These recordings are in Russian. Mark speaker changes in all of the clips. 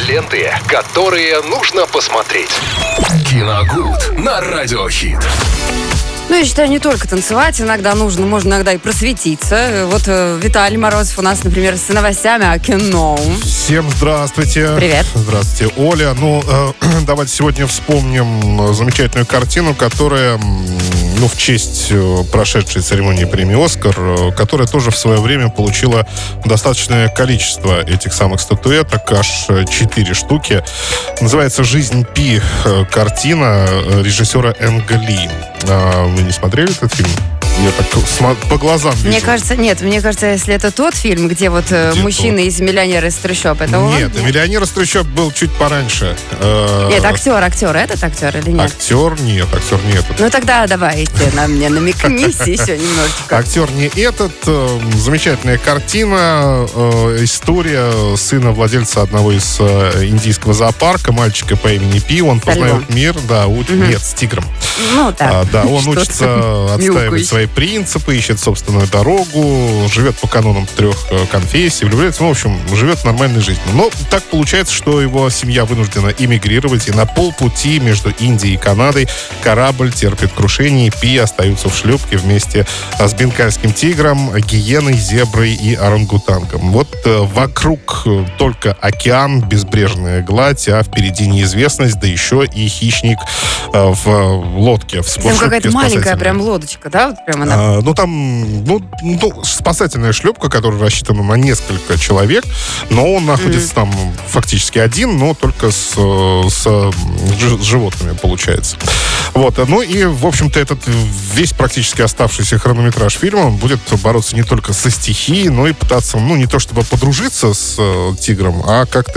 Speaker 1: Ленты, которые нужно посмотреть. Киногуд на Радиохит.
Speaker 2: Ну, я считаю, не только танцевать, иногда нужно, можно иногда и просветиться. Вот Виталий Морозов у нас, например, с новостями о кино.
Speaker 3: Всем здравствуйте.
Speaker 2: Привет.
Speaker 3: Здравствуйте, Оля. Давайте сегодня вспомним замечательную картину, которая, в честь прошедшей церемонии премии «Оскар», которая тоже в свое время получила достаточное количество этих самых статуэток, аж 4 штуки. Называется «Жизнь Пи», картина режиссера Энга Ли. Вы не смотрели этот фильм? Я так по глазам вижу.
Speaker 2: Мне кажется, если это тот фильм, где мужчина из «Миллионера из трущоб», это он?
Speaker 3: Нет, «Миллионер из трущоб» был чуть пораньше.
Speaker 2: Нет, актер, этот актер или нет?
Speaker 3: Актер нет.
Speaker 2: Ну тогда давайте на мне намекнись еще немножечко.
Speaker 3: Актер не этот. Замечательная картина. История сына владельца одного из индийского зоопарка, мальчика по имени Пи. Он познает мир, нет, с тигром. Он учится отстаивать свои принципы, ищет собственную дорогу, живет по канонам 3 конфессий, влюбляется, в общем, живет нормальной жизнью. Но так получается, что его семья вынуждена эмигрировать, и на полпути между Индией и Канадой корабль терпит крушение, и Пи остаются в шлюпке вместе с бенгальским тигром, гиеной, зеброй и орангутангом. Вот вокруг только океан, безбрежная гладь, а впереди неизвестность, да еще и хищник в лодке.
Speaker 2: Там какая-то маленькая прям лодочка, да? Вот прям она.
Speaker 3: Спасательная шлюпка, которая рассчитана на несколько человек, но он находится там фактически один, но только с животными, получается. И, в общем-то, этот весь практически оставшийся хронометраж фильма, он будет бороться не только со стихией, но и пытаться, не то чтобы подружиться с тигром, а как-то,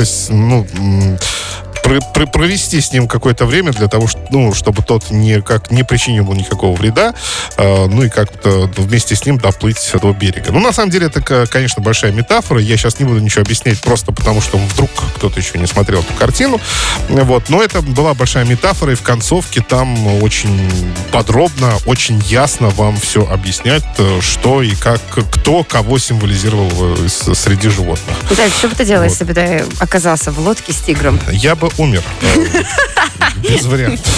Speaker 3: провести с ним какое-то время для того, чтобы тот не причинил ему никакого вреда, и как-то вместе с ним доплыть до берега. На самом деле, это, конечно, большая метафора. Я сейчас не буду ничего объяснять, просто потому что вдруг кто-то еще не смотрел эту картину. Но это была большая метафора, и в концовке там очень подробно, очень ясно вам все объяснять, что и как, кто кого символизировал среди животных.
Speaker 2: Итак, что бы ты делал, если бы ты оказался в лодке с тигром?
Speaker 3: Я бы умер. Без вариантов.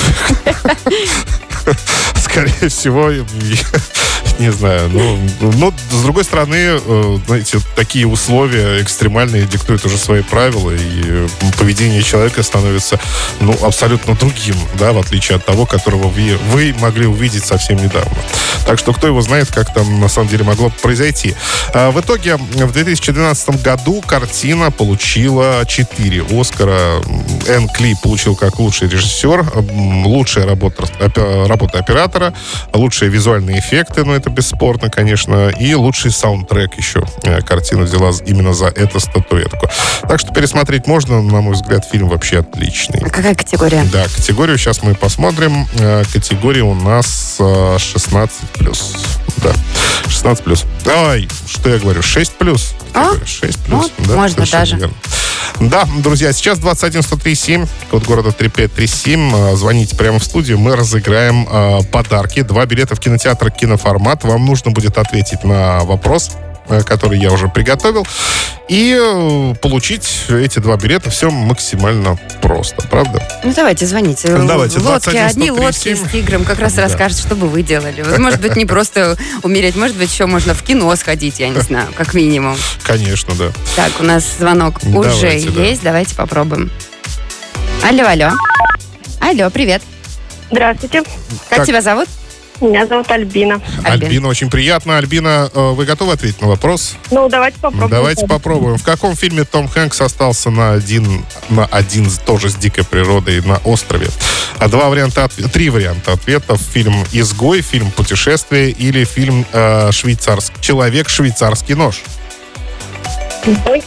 Speaker 3: Скорее всего, не знаю. Но, с другой стороны, знаете, такие условия экстремальные диктуют уже свои правила, и поведение человека становится, абсолютно другим, да, в отличие от того, которого вы могли увидеть совсем недавно. Так что кто его знает, как там на самом деле могло произойти. В итоге, в 2012 году картина получила 4 Оскара. Энг Ли получил как лучший режиссер, лучшая работа оператора, лучшие визуальные эффекты, это бесспорно, конечно, и лучший саундтрек еще. Картина взяла именно за эту статуэтку. Так что пересмотреть можно, на мой взгляд, фильм вообще отличный.
Speaker 2: А какая категория?
Speaker 3: Да, категорию сейчас мы посмотрим. Категория у нас 16+. Да, 16+. Ой, что я говорю, 6+. 6+. Да,
Speaker 2: можно даже.
Speaker 3: Верно. Да, друзья, сейчас 21-103-7, код города 3537. Звоните прямо в студию, мы разыграем подарки. 2 билета в кинотеатр «Киноформат». Вам нужно будет ответить на вопрос, который я уже приготовил, и получить эти 2 билета. Все максимально просто, правда?
Speaker 2: Давайте, звоните.
Speaker 3: Давайте,
Speaker 2: лодки, одни лодки с тигром как раз расскажут, что бы вы делали. Может быть, не просто умереть, может быть, еще можно в кино сходить, я не знаю, как минимум.
Speaker 3: Конечно, да.
Speaker 2: Так, у нас звонок уже есть, давайте попробуем. Алло. Алло, привет.
Speaker 4: Здравствуйте.
Speaker 2: Как тебя зовут?
Speaker 4: Меня зовут Альбина.
Speaker 3: Альбина, очень приятно. Альбина, вы готовы ответить на вопрос?
Speaker 4: Давайте попробуем.
Speaker 3: Давайте попробуем. В каком фильме Том Хэнкс остался на один тоже с дикой природой на острове? 3 варианта ответов. Фильм «Изгой», фильм «Путешествие» или фильм «Человек-швейцарский нож».
Speaker 4: Изгой.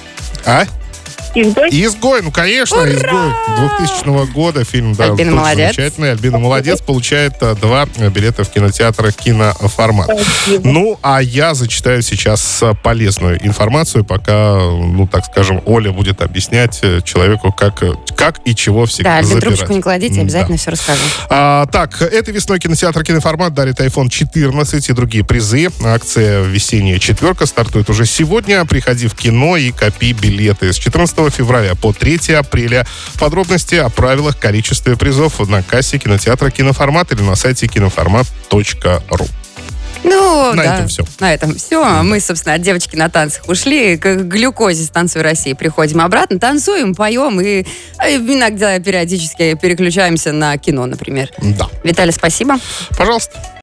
Speaker 3: Изгой, конечно,
Speaker 2: Ура!
Speaker 3: Изгой 2000 года фильм, да,
Speaker 2: Альбина молодец.
Speaker 3: Замечательный. Альбина молодец, получает 2 билета в кинотеатр «Киноформат». А я зачитаю сейчас полезную информацию, пока, так скажем, Оля будет объяснять человеку, как как и чего всегда
Speaker 2: Да,
Speaker 3: забирать.
Speaker 2: трубочку не кладите, обязательно все расскажу.
Speaker 3: Так, этой весной кинотеатр «Киноформат» дарит iPhone 14 и другие призы. Акция «Весенняя четверка» стартует уже сегодня. Приходи в кино и копи билеты. С 14 февраля по 3 апреля. Подробности о правилах, количестве призов на кассе кинотеатра «Киноформат» или на сайте киноформат.ру.
Speaker 2: Ну,
Speaker 3: На
Speaker 2: да,
Speaker 3: этом все.
Speaker 2: На этом все. Мы, собственно, от девочки на танцах ушли. К глюкозе с «Танцуй России» приходим обратно, танцуем, поем и иногда периодически переключаемся на кино, например.
Speaker 3: Да.
Speaker 2: Виталий, спасибо.
Speaker 3: Пожалуйста.